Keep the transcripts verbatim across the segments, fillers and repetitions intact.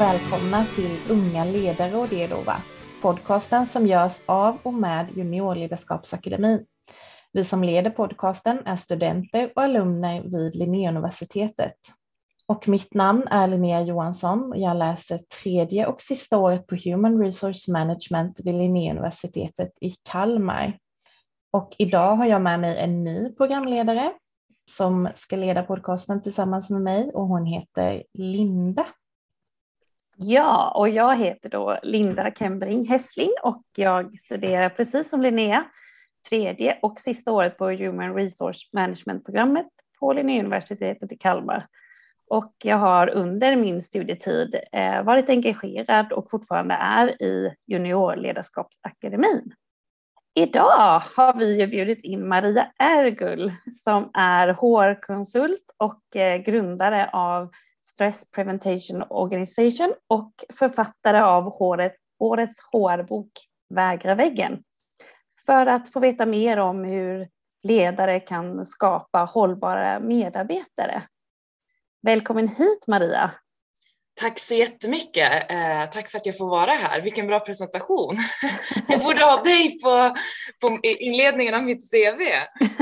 och välkomna till Unga ledare och Dedova, podcasten som görs av och med Juniorledarskapsakademin. Vi som leder podcasten är studenter och alumner vid Linnéuniversitetet. Och mitt namn är Linnea Johansson och jag läser tredje och sista året på Human Resource Management vid Linnéuniversitetet i Kalmar. Och idag har jag med mig en ny programledare som ska leda podcasten tillsammans med mig och hon heter Linda. Ja, och jag heter då Linda Kembring Hässling och jag studerar precis som Linnea tredje och sista året på Human Resource Management-programmet på Linnéuniversitetet i Kalmar. Och jag har under min studietid eh, varit engagerad och fortfarande är i Juniorledarskapsakademin. Idag har vi bjudit in Maria Ergull som är H R-konsult och eh, grundare av Stress Prevention Organization och författare av året, årets H R-bok Vägra väggen. För att få veta mer om hur ledare kan skapa hållbara medarbetare. Välkommen hit Maria. Tack så jättemycket. Eh, tack för att jag får vara här. Vilken bra presentation. Jag borde ha dig på, på inledningen av mitt C V.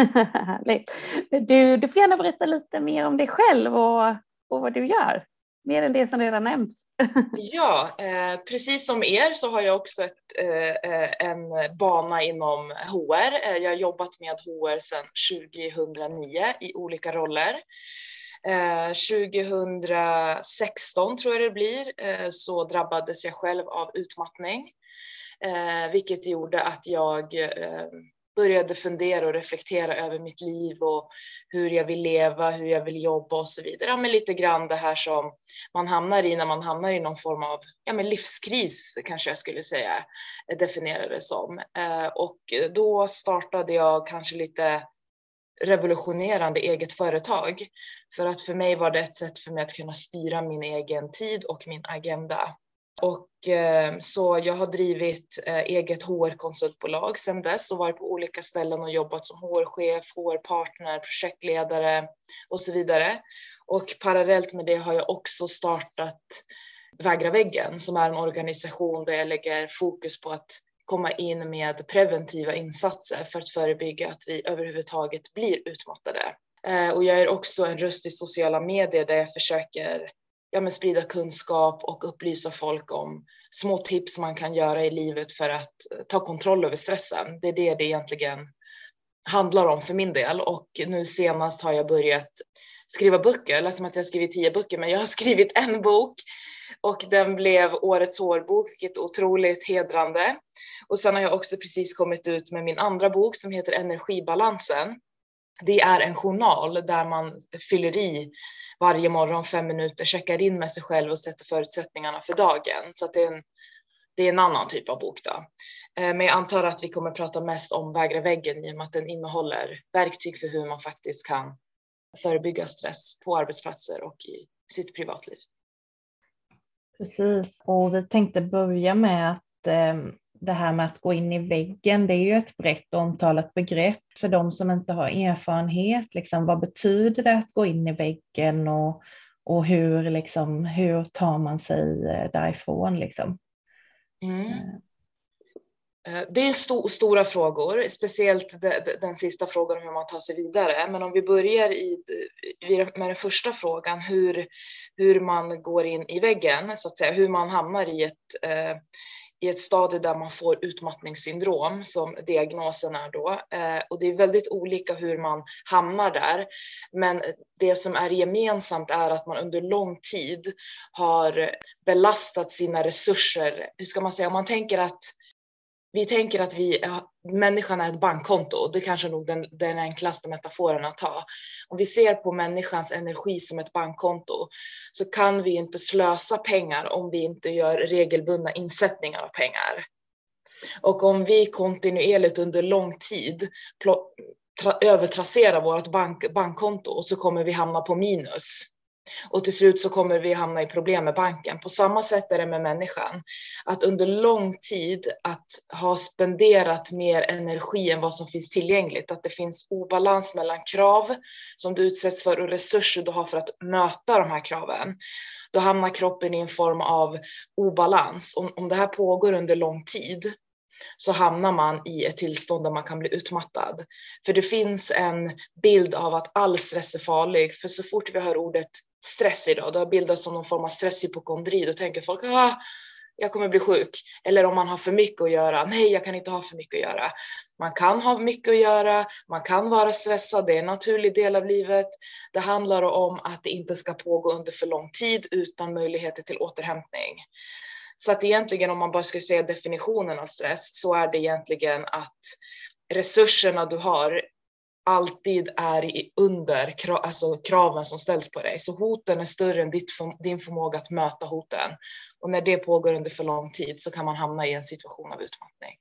du, du får gärna berätta lite mer om dig själv och, och vad du gör. Mer än det som redan nämns. Ja, eh, precis som er så har jag också ett, eh, en bana inom H R. Jag har jobbat med H R sedan tjugohundranio i olika roller. Eh, tjugohundrasexton tror jag det blir eh, så drabbades jag själv av utmattning eh, vilket gjorde att jag eh, började fundera och reflektera över mitt liv och hur jag vill leva, hur jag vill jobba och så vidare. Ja, men lite grann det här som man hamnar i när man hamnar i någon form av ja, men livskris kanske jag skulle säga definiera det som. Eh, och då startade jag kanske lite revolutionerande eget företag. För att för mig var det ett sätt för mig att kunna styra min egen tid och min agenda. Och eh, så jag har drivit eh, eget H R-konsultbolag sedan dess och varit på olika ställen och jobbat som H R-chef, H R-partner, projektledare och så vidare. Och parallellt med det har jag också startat Vägra väggen som är en organisation där jag lägger fokus på att komma in med preventiva insatser för att förebygga att vi överhuvudtaget blir utmattade. Eh, och jag är också en röst i sociala medier där jag försöker ja, men sprida kunskap och upplysa folk om små tips man kan göra i livet för att ta kontroll över stressen. Det är det det egentligen handlar om för min del. Och nu senast har jag börjat skriva böcker. Det lät som att jag har skrivit tio böcker, men jag har skrivit en bok. Och den blev årets H R-bok, vilket är otroligt hedrande. Och sen har jag också precis kommit ut med min andra bok som heter Energibalansen. Det är en journal där man fyller i varje morgon fem minuter, checkar in med sig själv och sätter förutsättningarna för dagen. Så att det, är en, det är en annan typ av bok då. Men jag antar att vi kommer prata mest om Vägra väggen i och med att den innehåller verktyg för hur man faktiskt kan förebygga stress på arbetsplatser och i sitt privatliv. Precis, och vi tänkte börja med att eh, det här med att gå in i väggen, det är ju ett brett omtalat begrepp för de som inte har erfarenhet. Liksom, vad betyder det att gå in i väggen och, och hur, liksom, hur tar man sig därifrån? Liksom? Mm. Det är sto- stora frågor, speciellt de, de, den sista frågan om hur man tar sig vidare. Men om vi börjar i, med den första frågan, hur, hur man går in i väggen, så att säga, hur man hamnar i ett, eh, i ett stadie där man får utmattningssyndrom som diagnosen är då. Eh, och det är väldigt olika hur man hamnar där. Men det som är gemensamt är att man under lång tid har belastat sina resurser. Hur ska man säga, om man tänker att Vi tänker att vi, människan är ett bankkonto. Det är kanske nog den, den enklaste metaforen att ta. Om vi ser på människans energi som ett bankkonto så kan vi inte slösa pengar om vi inte gör regelbundna insättningar av pengar. Och om vi kontinuerligt under lång tid pl- tra- övertrasserar vårt bank, bankkonto så kommer vi hamna på minus. Och till slut så kommer vi hamna i problem med banken. På samma sätt är det med människan. Att under lång tid att ha spenderat mer energi än vad som finns tillgängligt. Att det finns obalans mellan krav som du utsätts för och resurser du har för att möta de här kraven. Då hamnar kroppen i en form av obalans. Om, om det här pågår under lång tid så hamnar man i ett tillstånd där man kan bli utmattad. För det finns en bild av att all stress är farlig. För så fort vi hör ordet stress idag, det har bildats som någon form av stresshypokondri. Då tänker folk, ah, jag kommer bli sjuk. Eller om man har för mycket att göra, nej jag kan inte ha för mycket att göra. Man kan ha mycket att göra, man kan vara stressad, det är en naturlig del av livet. Det handlar om att det inte ska pågå under för lång tid utan möjligheter till återhämtning. Så att egentligen om man bara ska säga definitionen av stress så är det egentligen att resurserna du har alltid är under alltså kraven som ställs på dig. Så hoten är större än ditt, din förmåga att möta hoten. Och när det pågår under för lång tid så kan man hamna i en situation av utmattning.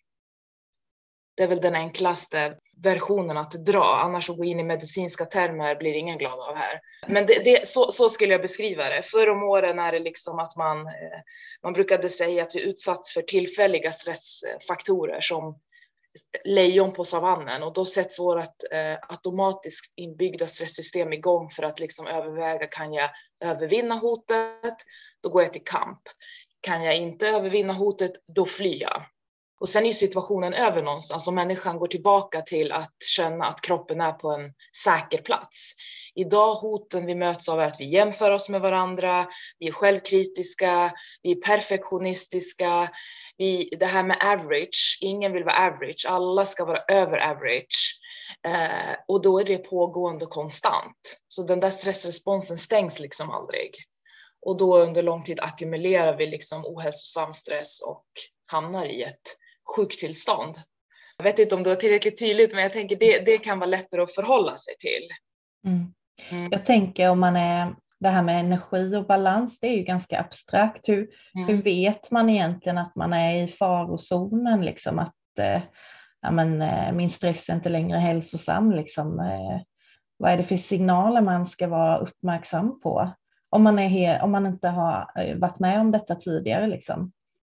Det är väl den enklaste versionen att dra. Annars att gå in i medicinska termer blir ingen glad av här. Men det, det, så, så skulle jag beskriva det. Förr om åren är det liksom att man, man brukade säga att vi utsatts för tillfälliga stressfaktorer som lejon på savannen. Och då sätts vårt eh, automatiskt inbyggda stresssystem igång för att liksom överväga, kan jag övervinna hotet? Då går jag till kamp. Kan jag inte övervinna hotet? Då flyr jag. Och sen är situationen över någonstans och människan går tillbaka till att känna att kroppen är på en säker plats. Idag hoten vi möts av är att vi jämför oss med varandra, vi är självkritiska, vi är perfektionistiska. Vi, det här med average, ingen vill vara average, alla ska vara över average. Eh, och då är det pågående konstant. Så den där stressresponsen stängs liksom aldrig. Och då under lång tid ackumulerar vi liksom ohälsosam stress och hamnar i ett sjuktillstånd. Jag vet inte om det var tillräckligt tydligt, men jag tänker det, det kan vara lättare att förhålla sig till. Mm. Mm. Jag tänker om man är, det här med energi och balans, det är ju ganska abstrakt. Hur, mm. hur vet man egentligen att man är i farozonen? Liksom att eh, ja, men, eh, min stress är inte längre hälsosam. Liksom, eh, vad är det för signaler man ska vara uppmärksam på? Om man, är he- om man inte har varit med om detta tidigare liksom.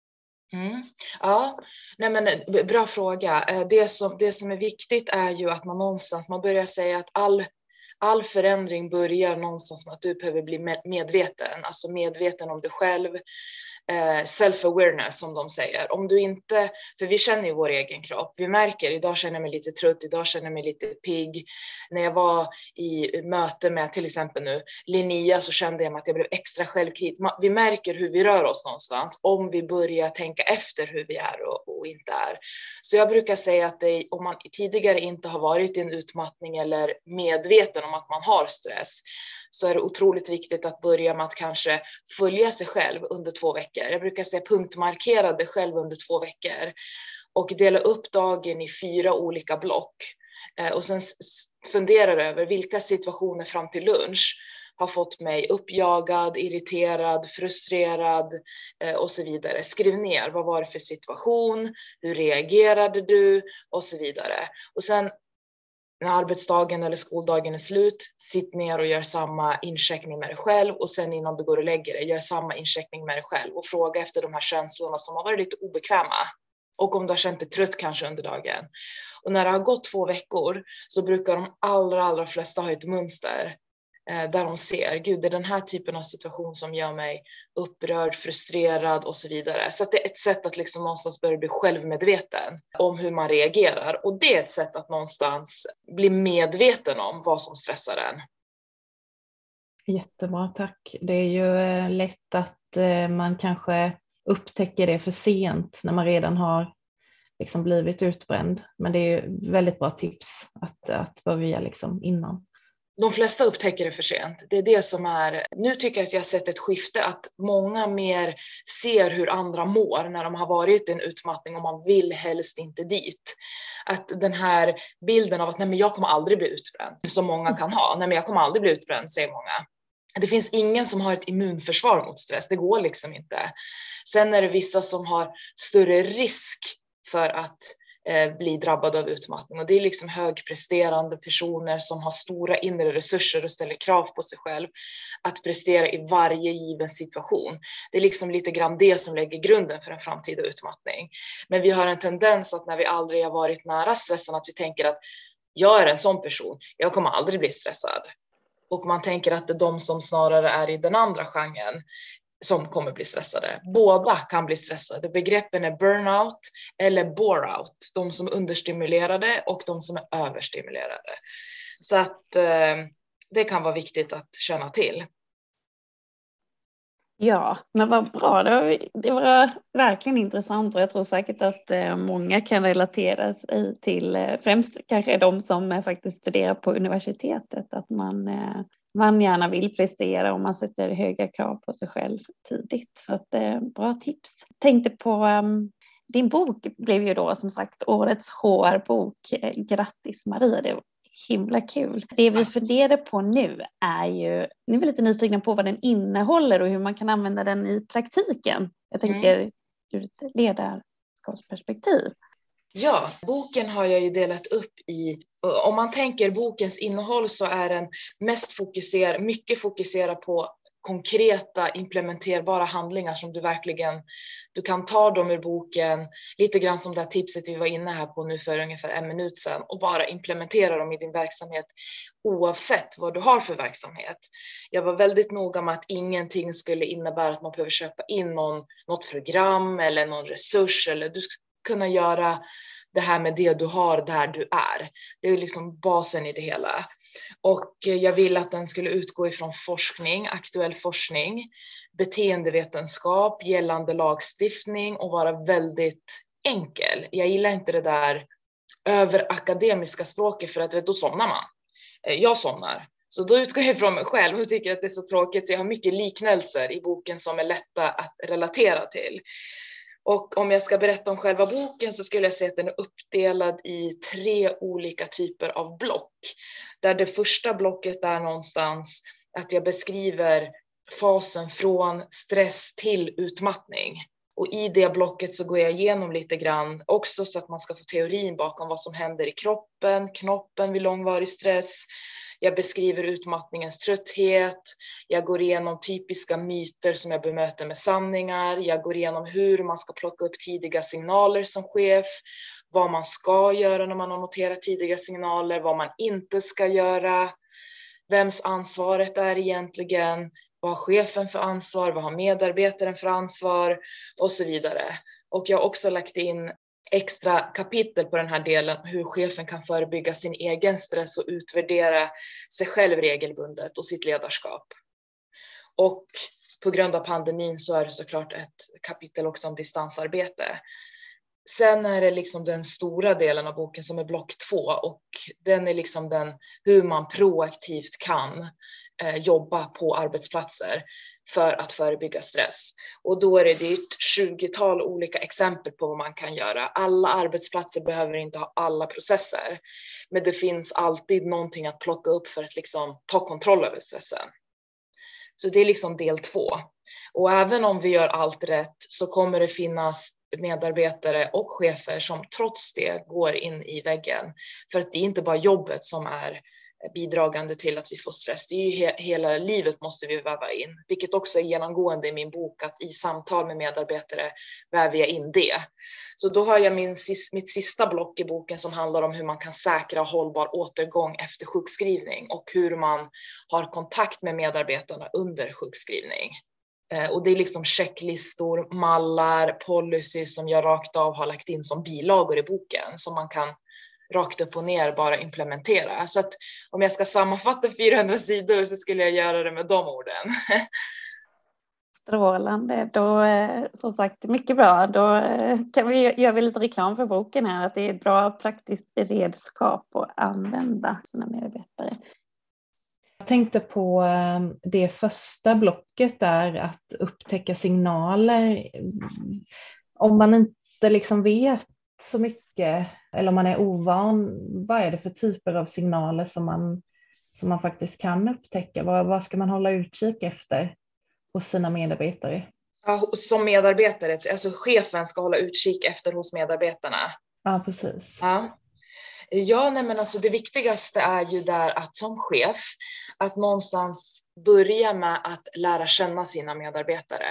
Mm. Ja, nej men bra fråga. Det som, det som är viktigt är ju att man någonstans, man börjar säga att all, all förändring börjar någonstans med att du behöver bli medveten, alltså medveten om dig själv. Self-awareness som de säger. Om du inte, för vi känner ju vår egen kropp. Vi märker, idag känner jag mig lite trött, idag känner jag mig lite pigg. När jag var i möte med till exempel nu Linnea så kände jag att jag blev extra självkritisk. Vi märker hur vi rör oss någonstans om vi börjar tänka efter hur vi är och, och inte är. Så jag brukar säga att det, om man tidigare inte har varit i en utmattning eller medveten om att man har stress, så är det otroligt viktigt att börja med att kanske följa sig själv under två veckor. Jag brukar säga punktmarkera dig själv under två veckor och dela upp dagen i fyra olika block. Och sen fundera över vilka situationer fram till lunch har fått mig uppjagad, irriterad, frustrerad och så vidare. Skriv ner, vad var det för situation, hur reagerade du och så vidare. Och sen när arbetsdagen eller skoldagen är slut, sitt ner och gör samma incheckning med dig själv. Och sen innan du går och lägger dig, gör samma incheckning med dig själv. Och fråga efter de här känslorna som har varit lite obekväma. Och om du har känt dig trött kanske under dagen. Och när det har gått två veckor så brukar de allra, allra flesta ha ett mönster. Där de ser, gud det är den här typen av situation som gör mig upprörd, frustrerad och så vidare. Så att det är ett sätt att liksom någonstans börja bli självmedveten om hur man reagerar. Och det är ett sätt att någonstans bli medveten om vad som stressar en. Jättebra, tack. Det är ju lätt att man kanske upptäcker det för sent när man redan har liksom blivit utbränd. Men det är ju väldigt bra tips att, att börja liksom innan. De flesta upptäcker det för sent. Det är det som är, nu tycker jag att jag har sett ett skifte att många mer ser hur andra mår när de har varit i en utmattning och man vill helst inte dit. Att den här bilden av att nej men jag kommer aldrig bli utbränd som många kan ha. Nej men jag kommer aldrig bli utbränd, säger många. Det finns ingen som har ett immunförsvar mot stress, det går liksom inte. Sen är det vissa som har större risk för att eh, blir drabbade av utmattning. Och det är liksom högpresterande personer som har stora inre resurser och ställer krav på sig själv att prestera i varje given situation. Det är liksom lite grann det som lägger grunden för en framtida utmattning. Men vi har en tendens att när vi aldrig har varit nära stressen, att vi tänker att jag är en sån person, jag kommer aldrig bli stressad. Och man tänker att det är de som snarare är i den andra genren som kommer bli stressade. Båda kan bli stressade. Begreppen är burnout eller bore-out. De som är understimulerade och de som är överstimulerade. Så att eh, det kan vara viktigt att känna till. Ja, men vad bra. Det var, det var verkligen intressant och jag tror säkert att eh, många kan relatera sig till, eh, främst kanske de som eh, faktiskt studerar på universitetet, att man, eh, man gärna vill prestera och man sätter höga krav på sig själv tidigt. Så att, eh, bra tips. Tänkte på um, din bok blev ju då som sagt årets H R-bok. Eh, grattis Maria, det himla kul. Det vi funderar på nu är ju, nu är vi lite nyfikna på vad den innehåller och hur man kan använda den i praktiken. Jag tänker mm. ur ett ledarskapsperspektiv. Ja, boken har jag ju delat upp i, om man tänker bokens innehåll så är den mest fokuserad, mycket fokuserad på konkreta implementerbara handlingar som du verkligen, du kan ta dem ur boken, lite grann som det här tipset vi var inne här på nu för ungefär en minut sedan, och bara implementera dem i din verksamhet oavsett vad du har för verksamhet. Jag var väldigt noga med att ingenting skulle innebära att man behöver köpa in någon, något program eller någon resurs, eller du ska kunna göra det här med det du har där du är. Det är liksom basen i det hela. Och jag vill att den skulle utgå ifrån forskning, aktuell forskning, beteendevetenskap, gällande lagstiftning och vara väldigt enkel. Jag gillar inte det där överakademiska språket, för att vet, då somnar man. Jag somnar. Så då utgår jag från mig själv och tycker att det är så tråkigt. Så jag har mycket liknelser i boken som är lätta att relatera till. Och om jag ska berätta om själva boken så skulle jag säga att den är uppdelad i tre olika typer av block. Där det första blocket är någonstans att jag beskriver fasen från stress till utmattning. Och i det blocket så går jag igenom lite grann också så att man ska få teorin bakom vad som händer i kroppen, knoppen vid långvarig stress. Jag beskriver utmattningens trötthet, jag går igenom typiska myter som jag bemöter med sanningar, jag går igenom hur man ska plocka upp tidiga signaler som chef, vad man ska göra när man har noterat tidiga signaler, vad man inte ska göra, vems ansvaret är egentligen, vad har chefen för ansvar, vad har medarbetaren för ansvar och så vidare. Och jag har också lagt in extra kapitel på den här delen, hur chefen kan förebygga sin egen stress och utvärdera sig själv regelbundet och sitt ledarskap. Och på grund av pandemin så är det såklart ett kapitel också om distansarbete. Sen är det liksom den stora delen av boken som är block två, och den är liksom den hur man proaktivt kan eh, jobba på arbetsplatser för att förebygga stress. Och då är det ett tjugotal olika exempel på vad man kan göra. Alla arbetsplatser behöver inte ha alla processer, men det finns alltid någonting att plocka upp för att liksom ta kontroll över stressen. Så det är liksom del två. Och även om vi gör allt rätt så kommer det finnas medarbetare och chefer som trots det går in i väggen. För att det är inte bara jobbet som är bidragande till att vi får stress. Det är ju he- hela livet måste vi väva in. Vilket också är genomgående i min bok, att i samtal med medarbetare väver jag in det. Så då har jag min, mitt sista block i boken som handlar om hur man kan säkra hållbar återgång efter sjukskrivning. Och hur man har kontakt med medarbetarna under sjukskrivning. Och det är liksom checklistor, mallar, policy som jag rakt av har lagt in som bilagor i boken. Som man kan rakt upp och ner bara implementera. Så att om jag ska sammanfatta fyrahundra sidor så skulle jag göra det med de orden. Strålande. Då, som sagt, mycket bra. Då kan vi göra lite reklam för boken här. Att det är ett bra praktiskt redskap att använda sina medarbetare. Jag tänkte på det första blocket där, att upptäcka signaler. Om man inte liksom vet så mycket, eller om man är ovan, vad är det för typer av signaler som man, som man faktiskt kan upptäcka? Vad, vad ska man hålla utkik efter hos sina medarbetare? Ja, som medarbetare, alltså chefen ska hålla utkik efter hos medarbetarna. Ja, precis. Ja. Ja, nej men alltså det viktigaste är ju där att som chef, att någonstans börja med att lära känna sina medarbetare.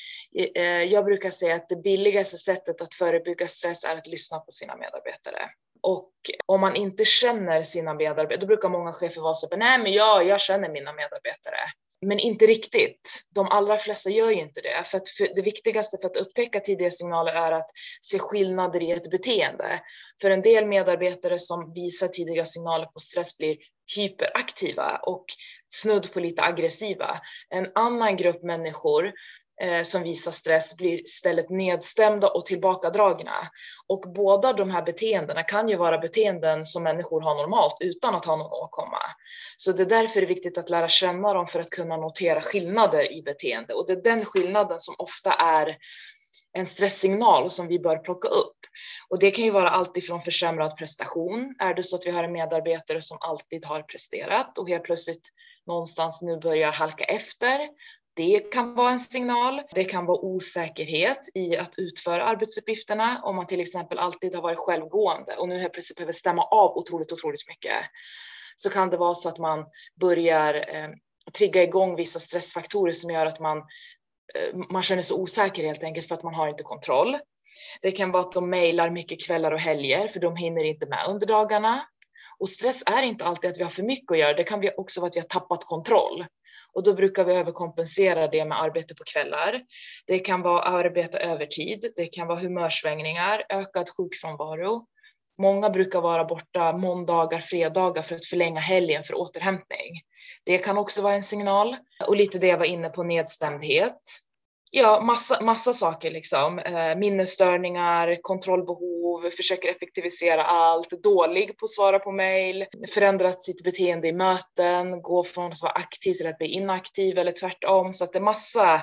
Jag brukar säga att det billigaste sättet att förebygga stress är att lyssna på sina medarbetare. Och om man inte känner sina medarbetare, då brukar många chefer vara så, nej men jag, jag känner mina medarbetare. Men inte riktigt. De allra flesta gör ju inte det. För att för det viktigaste för att upptäcka tidiga signaler är att se skillnader i ett beteende. För en del medarbetare som visar tidiga signaler på stress blir hyperaktiva och snudd på lite aggressiva. En annan grupp människor eh, som visar stress blir istället nedstämda och tillbakadragna. Och båda de här beteendena kan ju vara beteenden som människor har normalt utan att ha någon åkomma. Så det är därför det är viktigt att lära känna dem för att kunna notera skillnader i beteende. Och det är den skillnaden som ofta är en stresssignal som vi bör plocka upp. Och det kan ju vara allt ifrån försämrad prestation. Är det så att vi har en medarbetare som alltid har presterat och helt plötsligt någonstans nu börjar halka efter. Det kan vara en signal. Det kan vara osäkerhet i att utföra arbetsuppgifterna. Om man till exempel alltid har varit självgående och nu helt plötsligt behöver stämma av otroligt, otroligt mycket. Så kan det vara så att man börjar eh, trigga igång vissa stressfaktorer som gör att man, eh, man känner sig osäker helt enkelt för att man har inte kontroll. Det kan vara att de mejlar mycket kvällar och helger för de hinner inte med under dagarna. Och stress är inte alltid att vi har för mycket att göra. Det kan också vara att vi har tappat kontroll. Och då brukar vi överkompensera det med arbete på kvällar. Det kan vara arbeta övertid. Det kan vara humörsvängningar, ökad sjukfrånvaro. Många brukar vara borta måndagar, fredagar för att förlänga helgen för återhämtning. Det kan också vara en signal. Och lite det jag var inne på, nedstämdhet. Ja, massa, massa saker liksom. Eh, minnesstörningar, kontrollbehov, försöker effektivisera allt, dålig på att svara på mejl, förändrat sitt beteende i möten, gå från att vara aktiv till att bli inaktiv eller tvärtom. Så att det är massa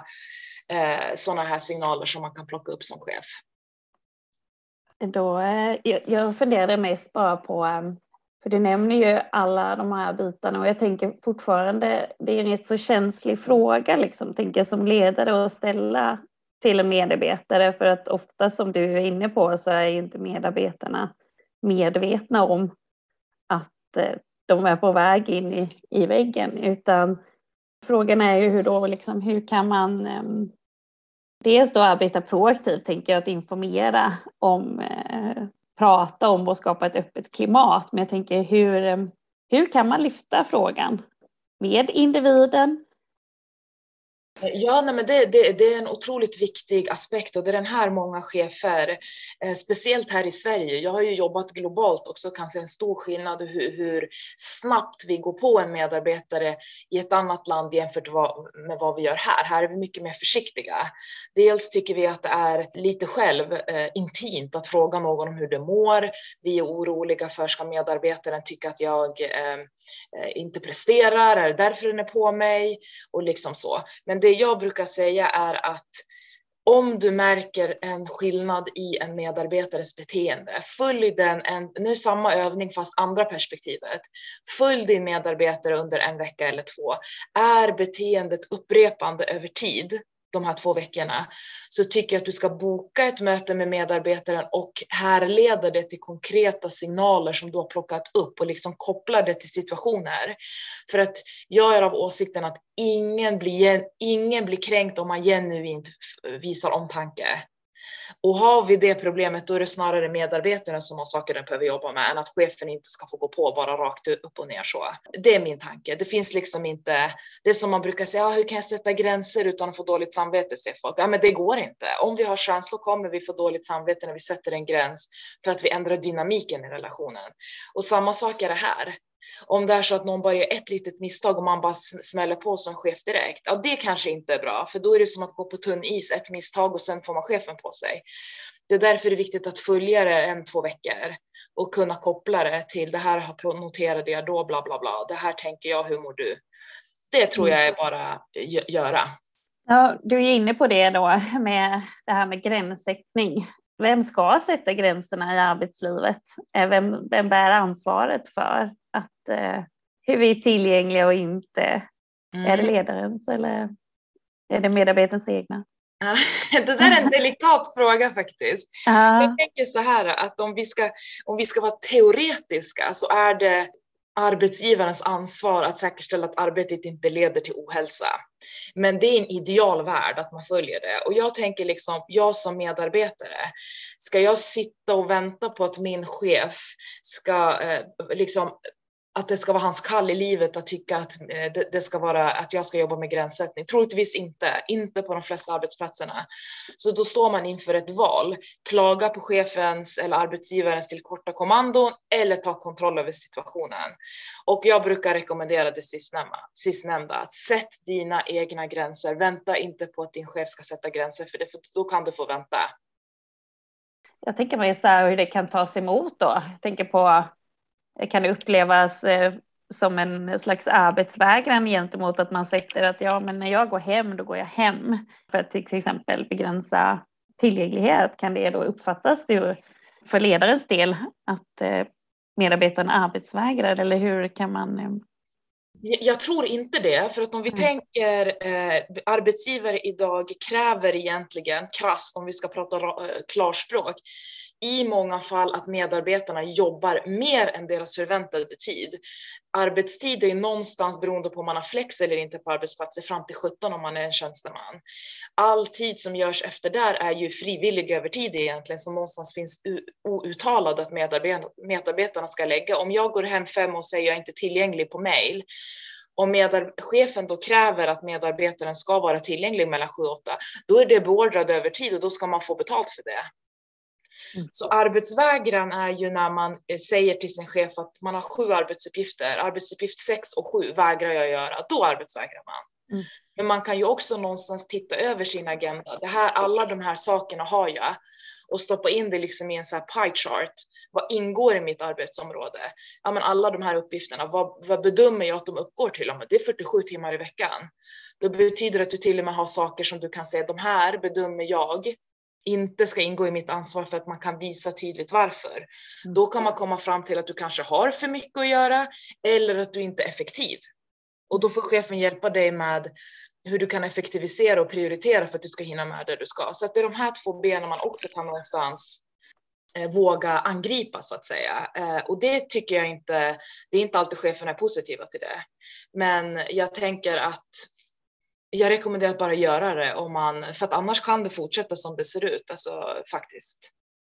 eh, sådana här signaler som man kan plocka upp som chef. Då, jag, jag funderade mest bara på, för du nämner ju alla de här bitarna och jag tänker fortfarande, det är en rätt så känslig fråga liksom, tänker jag som ledare att ställa till en medarbetare, för att ofta som du är inne på så är ju inte medarbetarna medvetna om att de är på väg in i, i väggen, utan frågan är ju hur då liksom, hur kan man dels då arbeta proaktivt, tänker jag, att informera om, eh, prata om och skapa ett öppet klimat. Men jag tänker hur, hur kan man lyfta frågan med individen? Ja, nej, men det, det, det är en otroligt viktig aspekt och det är den här många chefer, eh, speciellt här i Sverige. Jag har ju jobbat globalt också, kan se en stor skillnad hur, hur snabbt vi går på en medarbetare i ett annat land jämfört med vad vi gör här. Här är vi mycket mer försiktiga. Dels tycker vi att det är lite själv eh, intimt att fråga någon om hur det mår. Vi är oroliga för ska medarbetaren tycka att jag eh, inte presterar, är det därför den är på mig och liksom så. Men det jag brukar säga är att om du märker en skillnad i en medarbetares beteende, följ den, en, nu samma övning fast andra perspektivet, följ din medarbetare under en vecka eller två. Är beteendet upprepande över tid, de här två veckorna, så tycker jag att du ska boka ett möte med medarbetaren och härleda det till konkreta signaler som du har plockat upp och liksom koppla det till situationer. För att jag är av åsikten att ingen blir, ingen blir kränkt om man genuint visar omtanke. Och har vi det problemet, då är det snarare medarbetarna som har saker den behöver jobba med än att chefen inte ska få gå på bara rakt upp och ner så. Det är min tanke. Det finns liksom inte, det är som man brukar säga, ah, hur kan jag sätta gränser utan att få dåligt samvete, säger folk. Ja, men det går inte. Om vi har känslor kommer vi få dåligt samvete när vi sätter en gräns för att vi ändrar dynamiken i relationen. Och samma sak är det här. Om det är så att någon bara gör ett litet misstag och man bara smäller på som chef direkt, ja det kanske inte är bra, för då är det som att gå på tunn is, ett misstag och sen får man chefen på sig. Det är därför det är viktigt att följa det en, två veckor och kunna koppla det till det här noterade jag då, bla bla bla, det här tänker jag, hur mår du? Det tror jag är bara göra. Ja, du är inne på det då med det här med gränssättning. Vem ska sätta gränserna i arbetslivet? Vem, vem bär ansvaret för att eh, hur vi är tillgängliga och inte? Mm. Är det ledarens eller är det medarbetarens egna? Det där är en delikat fråga faktiskt. Uh. Jag tänker så här att om vi ska, om vi ska vara teoretiska så är det arbetsgivarens ansvar att säkerställa att arbetet inte leder till ohälsa. Men det är en ideal värld att man följer det. Och jag tänker liksom, jag som medarbetare, ska jag sitta och vänta på att min chef ska eh, liksom, att det ska vara hans kall i livet att tycka att det, det ska vara att jag ska jobba med gränssättning? Troligtvis inte, inte på de flesta arbetsplatserna. Så då står man inför ett val, klaga på chefens eller arbetsgivarens tillkorta kommandon eller ta kontroll över situationen. Och jag brukar rekommendera det sistnämnda, sistnämnda att sätt dina egna gränser, vänta inte på att din chef ska sätta gränser för det, för då kan du få vänta. Jag tänker mig så här hur det kan tas emot då. Jag tänker på, kan det upplevas eh, som en slags arbetsvägran gentemot att man sätter att ja, men när jag går hem, då går jag hem. För att till exempel begränsa tillgänglighet, kan det då uppfattas ju för ledarens del att eh, medarbetaren arbetsvägrar, eller hur kan man... Eh... Jag tror inte det, för att om vi mm. tänker eh, arbetsgivare idag kräver egentligen krasst, om vi ska prata eh, klarspråk, i många fall att medarbetarna jobbar mer än deras förväntade tid. Arbetstid är någonstans beroende på om man har flex eller inte på arbetsplatser fram till sjutton om man är en tjänsteman. All tid som görs efter där är ju frivillig övertid egentligen, som någonstans finns outtalad att medarbetarna ska lägga. Om jag går hem fem och säger jag är inte tillgänglig på mail, om chefen då kräver att medarbetaren ska vara tillgänglig mellan sju och åtta, då är det beordrad övertid och då ska man få betalt för det. Mm. Så arbetsvägran är ju när man säger till sin chef att man har sju arbetsuppgifter, arbetsuppgift sex och sju vägrar jag göra, då arbetsvägrar man. Mm. Men man kan ju också någonstans titta över sin agenda. Det här, alla de här sakerna har jag, och stoppa in det liksom i en så här pie chart. Vad ingår i mitt arbetsområde? Ja, men alla de här uppgifterna, vad, vad bedömer jag att de uppgår till? Ja, men det är fyrtiosju timmar i veckan. Det betyder att du till och med har saker som du kan säga, de här bedömer jag inte ska ingå i mitt ansvar, för att man kan visa tydligt varför. Mm. Då kan man komma fram till att du kanske har för mycket att göra eller att du inte är effektiv. Och då får chefen hjälpa dig med hur du kan effektivisera och prioritera för att du ska hinna med det du ska. Så att det är de här två benen man också kan någonstans eh, våga angripa så att säga. Eh, och det tycker jag inte, det är inte alltid chefen är positiva till det. Men jag tänker att jag rekommenderar att bara göra det, om man, för att annars kan det fortsätta som det ser ut, alltså faktiskt.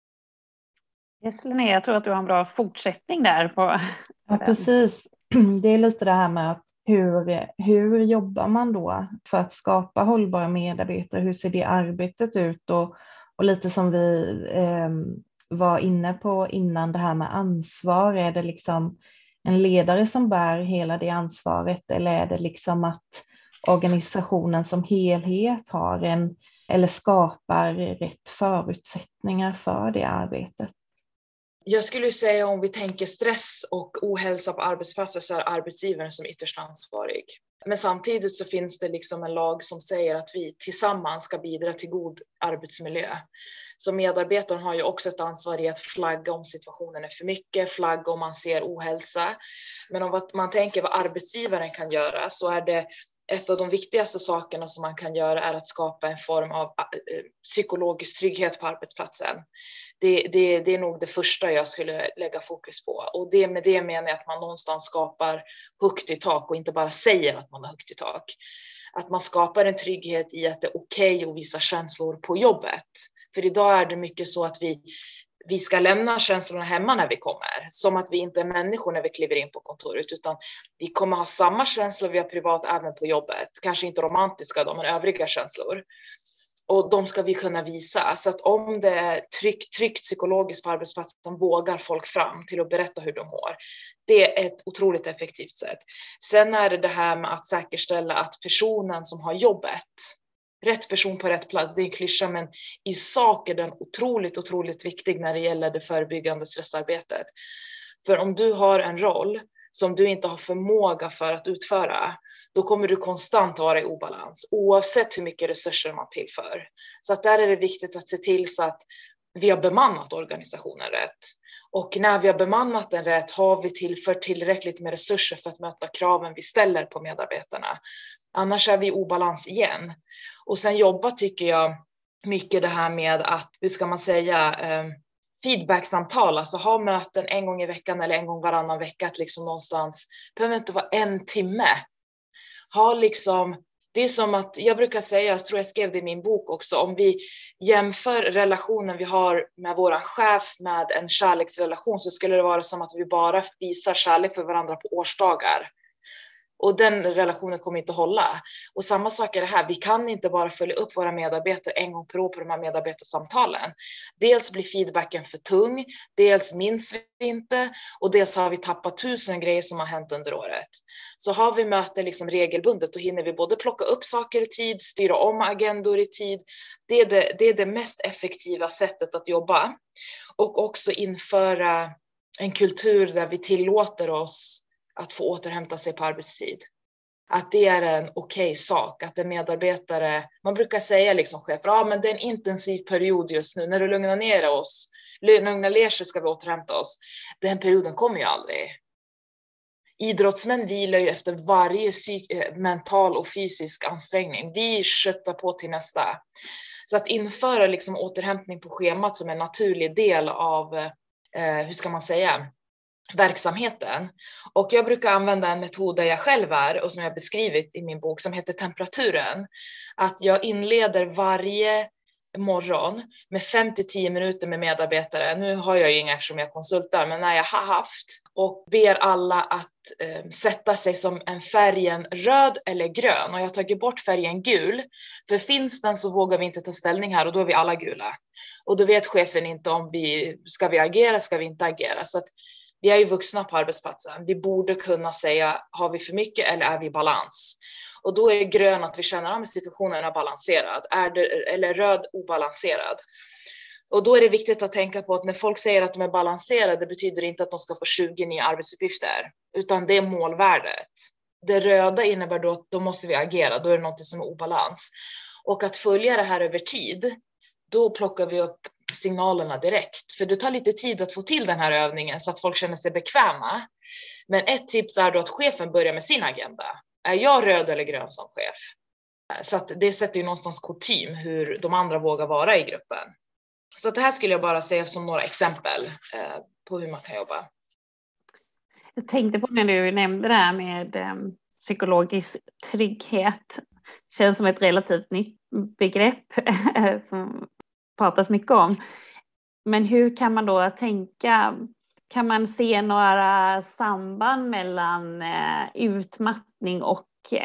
Yes, Linnea, jag tror att du har en bra fortsättning där på. Ja, precis. Det är lite det här med att hur, hur jobbar man då för att skapa hållbara medarbetare? Hur ser det arbetet ut? Och, och lite som vi eh, var inne på innan, det här med ansvar. Är det liksom en ledare som bär hela det ansvaret, eller är det liksom att organisationen som helhet har en, eller skapar rätt förutsättningar för det arbetet? Jag skulle säga, om vi tänker stress och ohälsa på arbetsplatser, så är arbetsgivaren som ytterst ansvarig. Men samtidigt så finns det liksom en lag som säger att vi tillsammans ska bidra till god arbetsmiljö. Så medarbetaren har ju också ett ansvar i att flagga om situationen är för mycket, flagga om man ser ohälsa. Men om man tänker vad arbetsgivaren kan göra, så är det ett av de viktigaste sakerna som man kan göra är att skapa en form av psykologisk trygghet på arbetsplatsen. Det, det, det är nog det första jag skulle lägga fokus på. Och det, med det menar jag att man någonstans skapar högt i tak och inte bara säger att man har högt i tak. Att man skapar en trygghet i att det är okej att visa känslor på jobbet. För idag är det mycket så att vi, vi ska lämna känslorna hemma när vi kommer. Som att vi inte är människor när vi kliver in på kontoret, utan vi kommer ha samma känslor vi har privat även på jobbet. Kanske inte romantiska då, men övriga känslor. Och de ska vi kunna visa. Så att om det är tryggt, tryggt psykologiskt på arbetsplatsen, vågar folk fram till att berätta hur de mår. Det är ett otroligt effektivt sätt. Sen är det det här med att säkerställa att personen som har jobbet, rätt person på rätt plats, det är en klyscha, men i sak är den otroligt, otroligt viktig när det gäller det förebyggande stressarbetet. För om du har en roll som du inte har förmåga för att utföra, då kommer du konstant vara i obalans, oavsett hur mycket resurser man tillför. Så att där är det viktigt att se till så att vi har bemannat organisationen rätt. Och när vi har bemannat den rätt, har vi tillfört tillräckligt med resurser för att möta kraven vi ställer på medarbetarna. Annars är vi i obalans igen. Och sen jobba tycker jag mycket det här med att, hur ska man säga, eh, feedbacksamtal, alltså ha möten en gång i veckan eller en gång varannan vecka, att liksom någonstans, behöver inte vara en timme. Ha liksom, det är som att, jag brukar säga, jag tror jag skrev det i min bok också, om vi jämför relationen vi har med våran chef med en kärleksrelation, så skulle det vara som att vi bara visar kärlek för varandra på årsdagar. Och den relationen kommer inte att hålla. Och samma sak är det här. Vi kan inte bara följa upp våra medarbetare en gång per år på de här medarbetarsamtalen. Dels blir feedbacken för tung. Dels minns vi inte. Och dels har vi tappat tusen grejer som har hänt under året. Så har vi möten liksom regelbundet, då hinner vi både plocka upp saker i tid, styra om agendor i tid. Det är det, det är det mest effektiva sättet att jobba. Och också införa en kultur där vi tillåter oss att få återhämta sig på arbetstid. Att det är en okej okay sak. Att en medarbetare, man brukar säga liksom chefer, ja men det är en intensiv period just nu. När du lugnar ner oss, lugnar ner sig ska vi återhämta oss. Den perioden kommer ju aldrig. Idrottsmän vilar ju efter varje psyk- mental och fysisk ansträngning. Vi köttar på till nästa. Så att införa liksom återhämtning på schemat som en naturlig del av, eh, hur ska man säga, verksamheten. Och jag brukar använda en metod där jag själv är och som jag beskrivit i min bok som heter temperaturen. Att jag inleder varje morgon med fem till tio minuter med medarbetare. Nu har jag ju inga eftersom jag konsultar, men när jag har haft, och ber alla att eh, sätta sig som en färgen röd eller grön. Och jag har tagit bort färgen gul. För finns den så vågar vi inte ta ställning här och då är vi alla gula. Och då vet chefen inte om vi ska vi agera, ska vi inte agera. Så att vi är ju vuxna på arbetsplatsen. Vi borde kunna säga, har vi för mycket eller är vi i balans? Och då är grön att vi känner att situationen är balanserad. Är det, eller röd obalanserad. Och då är det viktigt att tänka på att när folk säger att de är balanserade, betyder det inte att de ska få tjugo nya arbetsuppgifter. Utan det är målvärdet. Det röda innebär då att då måste vi agera. Då är det något som är obalans. Och att följa det här över tid, då plockar vi upp signalerna direkt. För det tar lite tid att få till den här övningen så att folk känner sig bekväma. Men ett tips är då att chefen börjar med sin agenda. Är jag röd eller grön som chef? Så att det sätter ju någonstans kutym hur de andra vågar vara i gruppen. Så att det här skulle jag bara säga som några exempel eh, på hur man kan jobba. Jag tänkte på när du nämnde det här med eh, psykologisk trygghet. Känns som ett relativt nytt begrepp som pratas mycket om. Men hur kan man då tänka, kan man se några samband mellan eh, utmattning och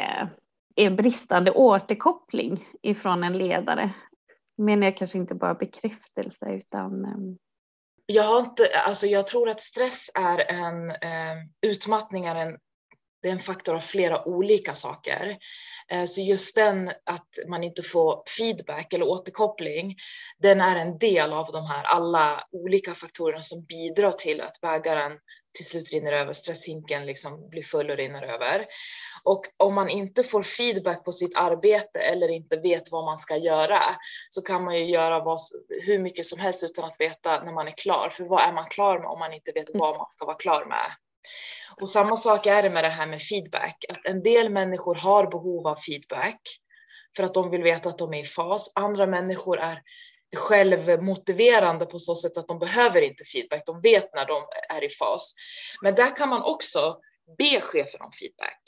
eh, bristande återkoppling ifrån en ledare? Men jag kanske inte bara bekräftelse utan... Eh... Jag har inte, alltså jag tror att stress är en eh, utmattning, är en, det är en faktor av flera olika saker. Så just den att man inte får feedback eller återkoppling, den är en del av de här alla olika faktorerna som bidrar till att bägaren till slut rinner över, stresshinken liksom blir full och rinner över. Och om man inte får feedback på sitt arbete eller inte vet vad man ska göra, så kan man ju göra vad, hur mycket som helst utan att veta när man är klar. För vad är man klar med om man inte vet vad man ska vara klar med? Och samma sak är det med det här med feedback. Att en del människor har behov av feedback för att de vill veta att de är i fas. Andra människor är självmotiverande på så sätt att de behöver inte feedback. De vet när de är i fas. Men där kan man också be chefen om feedback.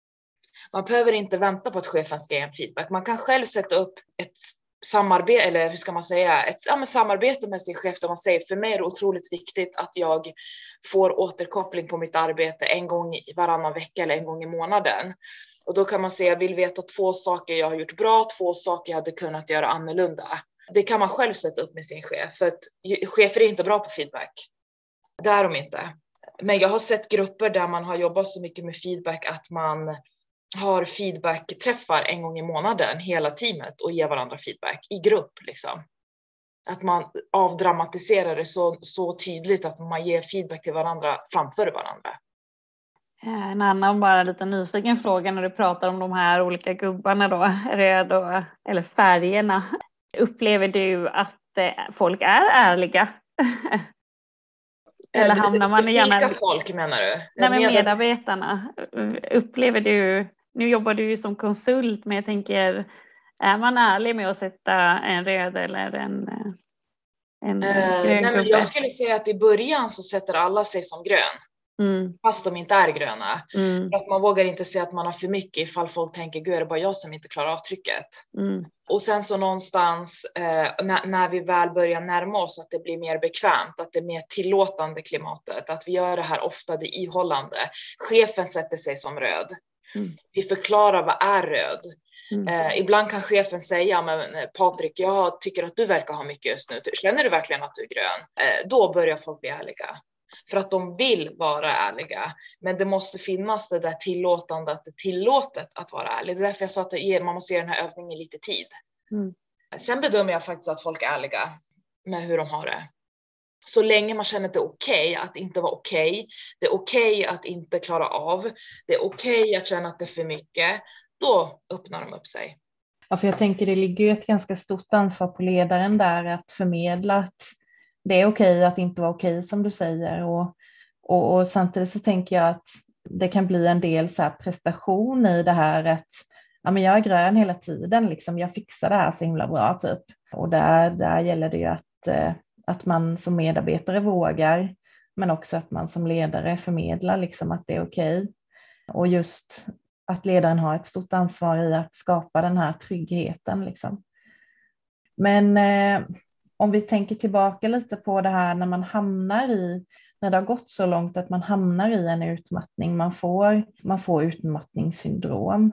Man behöver inte vänta på att chefen ska ge en feedback. Man kan själv sätta upp ett samarbete, eller hur ska man säga, ett ja, samarbete med sin chef där man säger, för mig är det otroligt viktigt att jag får återkoppling på mitt arbete en gång i varannan vecka eller en gång i månaden. Och då kan man säga, jag vill veta två saker jag har gjort bra, två saker jag hade kunnat göra annorlunda. Det kan man själv sätta upp med sin chef, för att chefer är inte bra på feedback. Det är de inte. Men jag har sett grupper där man har jobbat så mycket med feedback att man har feedback-träffar en gång i månaden, hela teamet, och ger varandra feedback i grupp. Liksom. Att man avdramatiserar det så, så tydligt att man ger feedback till varandra framför varandra. En annan bara lite nyfiken fråga när du pratar om de här olika gubbarna då, röd och, eller färgerna. Upplever du att folk är ärliga? Eller hamnar man gärna... Vilka folk menar du? Nej, men medarbetarna. Upplever du nu jobbar du ju som konsult, men jag tänker, är man ärlig med att sätta en röd eller en, en Uh, grön nej, gubbe? jag skulle säga att i början så sätter alla sig som grön. Mm. Fast de inte är gröna. Mm. För att man vågar inte säga att man har för mycket ifall folk tänker, gud är det bara jag som inte klarar av trycket. Mm. Och sen så någonstans eh, när, när vi väl börjar närma oss att det blir mer bekvämt, att det är mer tillåtande klimatet, att vi gör det här ofta det ihållande. Chefen sätter sig som röd. Mm. Vi förklarar vad är röd. Mm. Eh, ibland kan chefen säga, men Patrik, jag tycker att du verkar ha mycket just nu. Känner du verkligen att du är grön? Eh, då börjar folk bli ärliga. För att de vill vara ärliga. Men det måste finnas det där tillåtande, att det är tillåtet att vara ärlig. Det är därför jag sa att det, man måste ge den här övningen lite tid. Mm. Sen bedömer jag faktiskt att folk är ärliga med hur de har det. Så länge man känner att det är okej okay att inte vara okej. Okay, det är okej okay att inte klara av. Det är okej okay att känna att det är för mycket. Då öppnar de upp sig. Ja, för jag tänker det ligger ju ett ganska stort ansvar på ledaren där att förmedla att det är okej att inte vara okej som du säger. Och, och, och samtidigt så tänker jag att det kan bli en del så här prestation i det här att ja, men jag är grön hela tiden, liksom, jag fixar det här så himla bra typ. Och där, där gäller det ju att, att man som medarbetare vågar, men också att man som ledare förmedlar liksom att det är okej. Och just att ledaren har ett stort ansvar i att skapa den här tryggheten liksom. Men eh, om vi tänker tillbaka lite på det här när man hamnar i, när det har gått så långt att man hamnar i en utmattning, man får, man får utmattningssyndrom.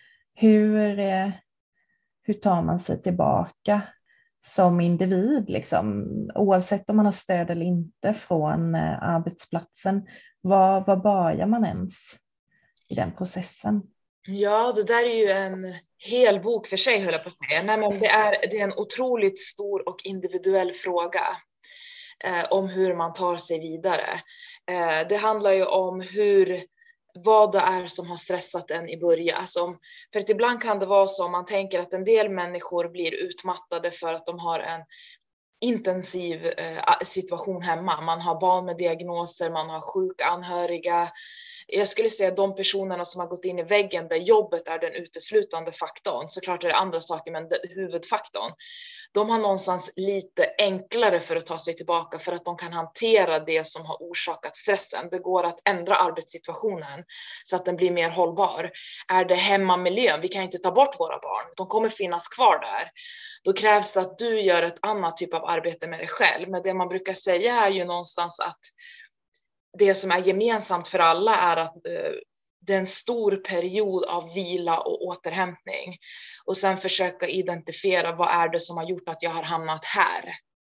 Hur, eh, hur tar man sig tillbaka som individ, liksom, oavsett om man har stöd eller inte från eh, arbetsplatsen? Var, var börjar man ens i den processen? Ja, det där är ju en hel bok för sig, höll jag på att säga. Nej, men det är, det är en otroligt stor och individuell fråga eh, om hur man tar sig vidare. Eh, det handlar ju om hur, vad det är som har stressat en i början. Alltså, för att ibland kan det vara så, om man tänker att en del människor blir utmattade för att de har en intensiv eh, situation hemma. Man har barn med diagnoser, man har sjuka anhöriga. Jag skulle säga att de personerna som har gått in i väggen där jobbet är den uteslutande faktorn, såklart är det andra saker, men det, huvudfaktorn, de har någonstans lite enklare för att ta sig tillbaka för att de kan hantera det som har orsakat stressen. Det går att ändra arbetssituationen så att den blir mer hållbar. Är det hemmamiljön, vi kan inte ta bort våra barn, de kommer finnas kvar där. Då krävs det att du gör ett annat typ av arbete med dig själv. Men det man brukar säga är ju någonstans att det som är gemensamt för alla är att eh, det är en stor period av vila och återhämtning. Och sen försöka identifiera vad är det som har gjort att jag har hamnat här.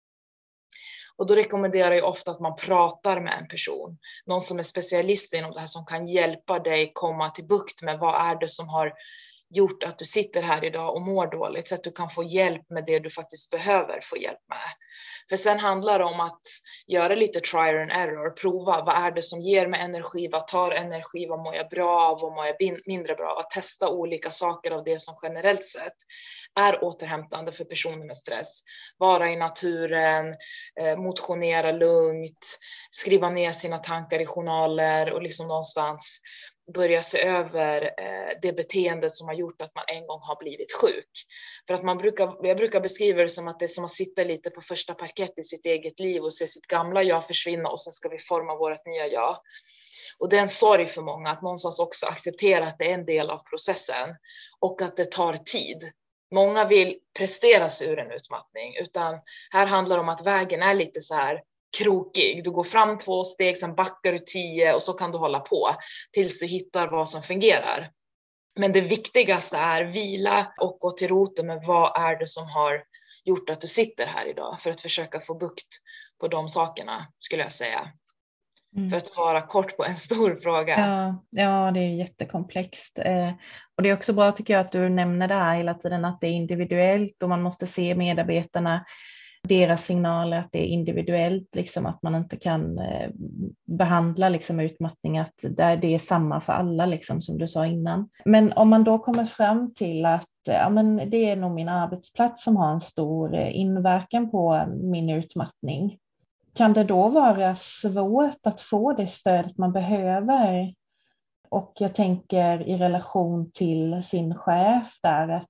Och då rekommenderar jag ofta att man pratar med en person. Någon som är specialist inom det här som kan hjälpa dig komma till bukt med vad är det som har gjort att du sitter här idag och mår dåligt, så att du kan få hjälp med det du faktiskt behöver få hjälp med. För sen handlar det om att göra lite trial and error, prova vad är det som ger mig energi, vad tar energi, vad mår jag bra av, vad mår jag mindre bra av, att testa olika saker av det som generellt sett är återhämtande för personer med stress. Vara i naturen, motionera lugnt, skriva ner sina tankar i journaler och liksom någonstans börja se över eh, det beteendet som har gjort att man en gång har blivit sjuk. För att man brukar, jag brukar beskriva det som att det är som att sitta lite på första parkett i sitt eget liv och se sitt gamla jag försvinna och sen ska vi forma vårt nya jag. Och det är en sorg för många att någonstans också acceptera att det är en del av processen och att det tar tid. Många vill prestera sig ur en utmattning, utan här handlar det om att vägen är lite så här krokig. Du går fram två steg, sen backar du tio och så kan du hålla på tills du hittar vad som fungerar. Men det viktigaste är vila och gå till roten med vad är det som har gjort att du sitter här idag, för att försöka få bukt på de sakerna, skulle jag säga. Mm. För att svara kort på en stor fråga. Ja, ja, det är jättekomplext. Eh, och det är också bra tycker jag att du nämner det här hela tiden, att det är individuellt och man måste se medarbetarna, deras signaler, att det är individuellt, liksom, att man inte kan eh, behandla liksom, utmattning, att det är samma för alla, liksom, som du sa innan. Men om man då kommer fram till att ja, men det är nog min arbetsplats som har en stor inverkan på min utmattning, kan det då vara svårt att få det stödet man behöver Och jag tänker i relation till sin chef där, att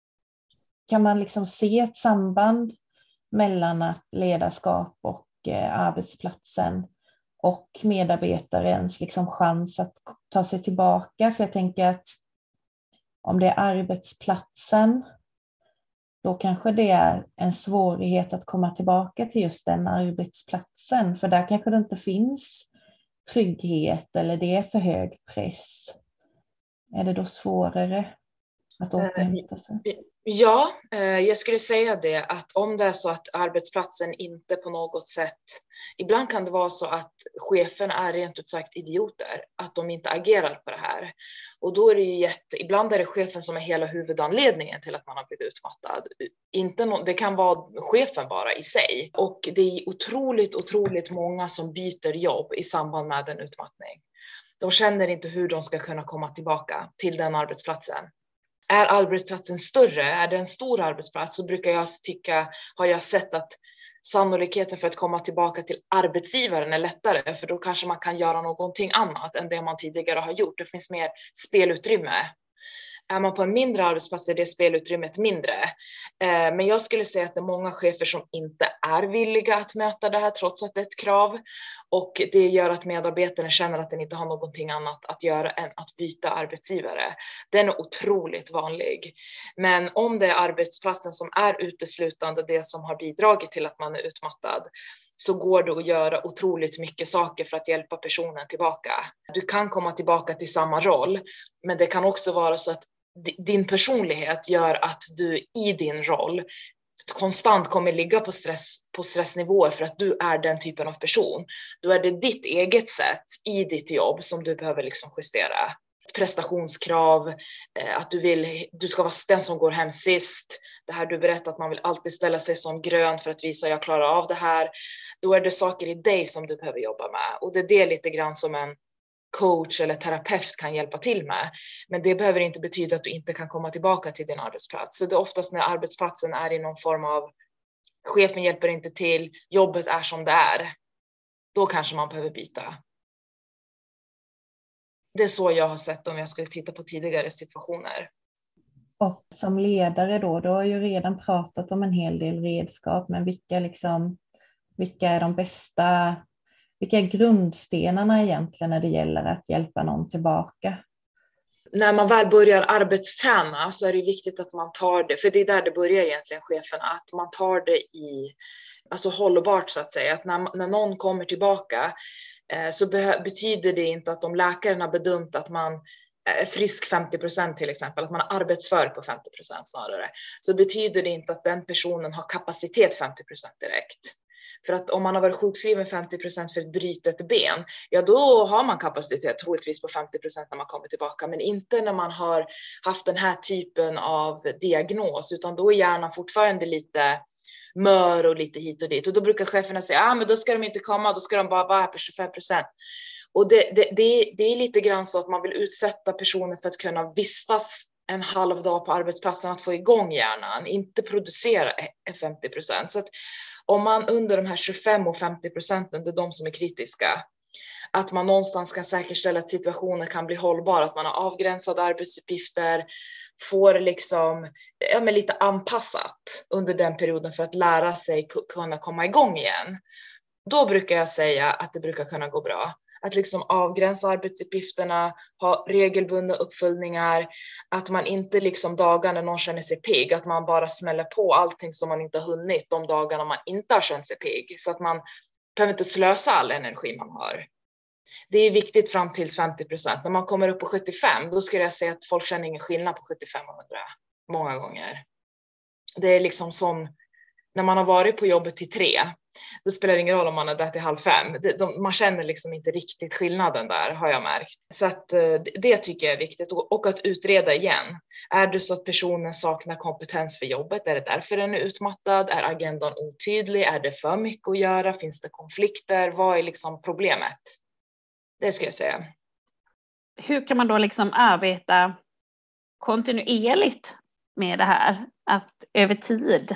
kan man liksom se ett samband mellan att ledarskap och eh, arbetsplatsen och medarbetarens liksom chans att ta sig tillbaka? För jag tänker att om det är arbetsplatsen, då kanske det är en svårighet att komma tillbaka till just den arbetsplatsen. För där kanske det inte finns trygghet eller det är för hög press. Är det då svårare att återhämta sig? Ja, jag skulle säga det, att om det är så att arbetsplatsen inte på något sätt, ibland kan det vara så att cheferna är rent ut sagt idioter, att de inte agerar på det här. Och då är det ju jätte, ibland är det chefen som är hela huvudanledningen till att man har blivit utmattad. Inte no, det kan vara chefen bara i sig. Och det är otroligt, otroligt många som byter jobb i samband med en utmattning. De känner inte hur de ska kunna komma tillbaka till den arbetsplatsen. Är arbetsplatsen större, är det en stor arbetsplats, så brukar jag tycka, har jag sett att sannolikheten för att komma tillbaka till arbetsgivaren är lättare, för då kanske man kan göra någonting annat än det man tidigare har gjort. Det finns mer spelutrymme. Är man på en mindre arbetsplats är det spelutrymmet mindre. Men jag skulle säga att det är många chefer som inte är villiga att möta det här trots att det är ett krav. Och det gör att medarbetarna känner att den inte har någonting annat att göra än att byta arbetsgivare. Den är otroligt vanlig. Men om det är arbetsplatsen som är uteslutande det som har bidragit till att man är utmattad, så går det att göra otroligt mycket saker för att hjälpa personen tillbaka. Du kan komma tillbaka till samma roll, men det kan också vara så att din personlighet gör att du i din roll konstant kommer ligga på, stress, på stressnivåer för att du är den typen av person. Då är det ditt eget sätt i ditt jobb som du behöver liksom justera. Prestationskrav, att du vill, du ska vara den som går hem sist. Det här du berättar att man vill alltid ställa sig som grön för att visa att jag klarar av det här. Då är det saker i dig som du behöver jobba med. Och det är det lite grann som en coach eller terapeut kan hjälpa till med. Men det behöver inte betyda att du inte kan komma tillbaka till din arbetsplats. Så det är oftast när arbetsplatsen är i någon form av, chefen hjälper inte till, jobbet är som det är. Då kanske man behöver byta. Det är så jag har sett om jag skulle titta på tidigare situationer. Och som ledare då, du har ju redan pratat om en hel del redskap, men vilka, liksom, vilka är de bästa, vilka är grundstenarna egentligen när det gäller att hjälpa någon tillbaka? När man väl börjar arbetsträna så är det viktigt att man tar det, för det är där det börjar egentligen, cheferna, att man tar det i, alltså hållbart så att säga, att när, när någon kommer tillbaka eh, så be- betyder det inte att om läkaren har bedömt att man är frisk femtio procent till exempel, att man är arbetsför på femtio procent snarare, så betyder det inte att den personen har kapacitet femtio procent direkt. För att om man har varit sjukskriven femtio procent för ett brytet ben, ja då har man kapacitet troligtvis på femtio procent när man kommer tillbaka. Men inte när man har haft den här typen av diagnos, utan då är hjärnan fortfarande lite mör och lite hit och dit. Och då brukar cheferna säga, ja ah, men då ska de inte komma, då ska de bara vara här på tjugofem procent. Och det, det, det, det är lite grann så att man vill utsätta personen för att kunna vistas en halv dag på arbetsplatsen, att få igång hjärnan, inte producera femtio procent. Så att om man under de här tjugofem och femtio procenten, det är de som är kritiska, att man någonstans kan säkerställa att situationen kan bli hållbar, att man har avgränsade arbetsuppgifter, får liksom, ja, men lite anpassat under den perioden för att lära sig kunna komma igång igen. Då brukar jag säga att det brukar kunna gå bra. Att liksom avgränsa arbetsuppgifterna, ha regelbundna uppföljningar, att man inte liksom dagar när någon känner sig pigg, att man bara smäller på allting som man inte har hunnit de dagarna man inte har känt sig pigg. Så att man behöver inte slösa all energi man har. Det är viktigt fram till femtio procent. När man kommer upp på sjuttiofem, då skulle jag säga att folk känner ingen skillnad på sjuttiofem och hundra. Många gånger. Det är liksom som när man har varit på jobbet till tre, då spelar det ingen roll om man är där till halv fem. Det, de, man känner liksom inte riktigt skillnaden där, har jag märkt. Så att det, det tycker jag är viktigt. Och, och att utreda igen. Är det så att personen saknar kompetens för jobbet? Är det därför den är utmattad? Är agendan otydlig? Är det för mycket att göra? Finns det konflikter? Vad är liksom problemet? Det ska jag säga. Hur kan man då liksom arbeta kontinuerligt med det här? Att över tid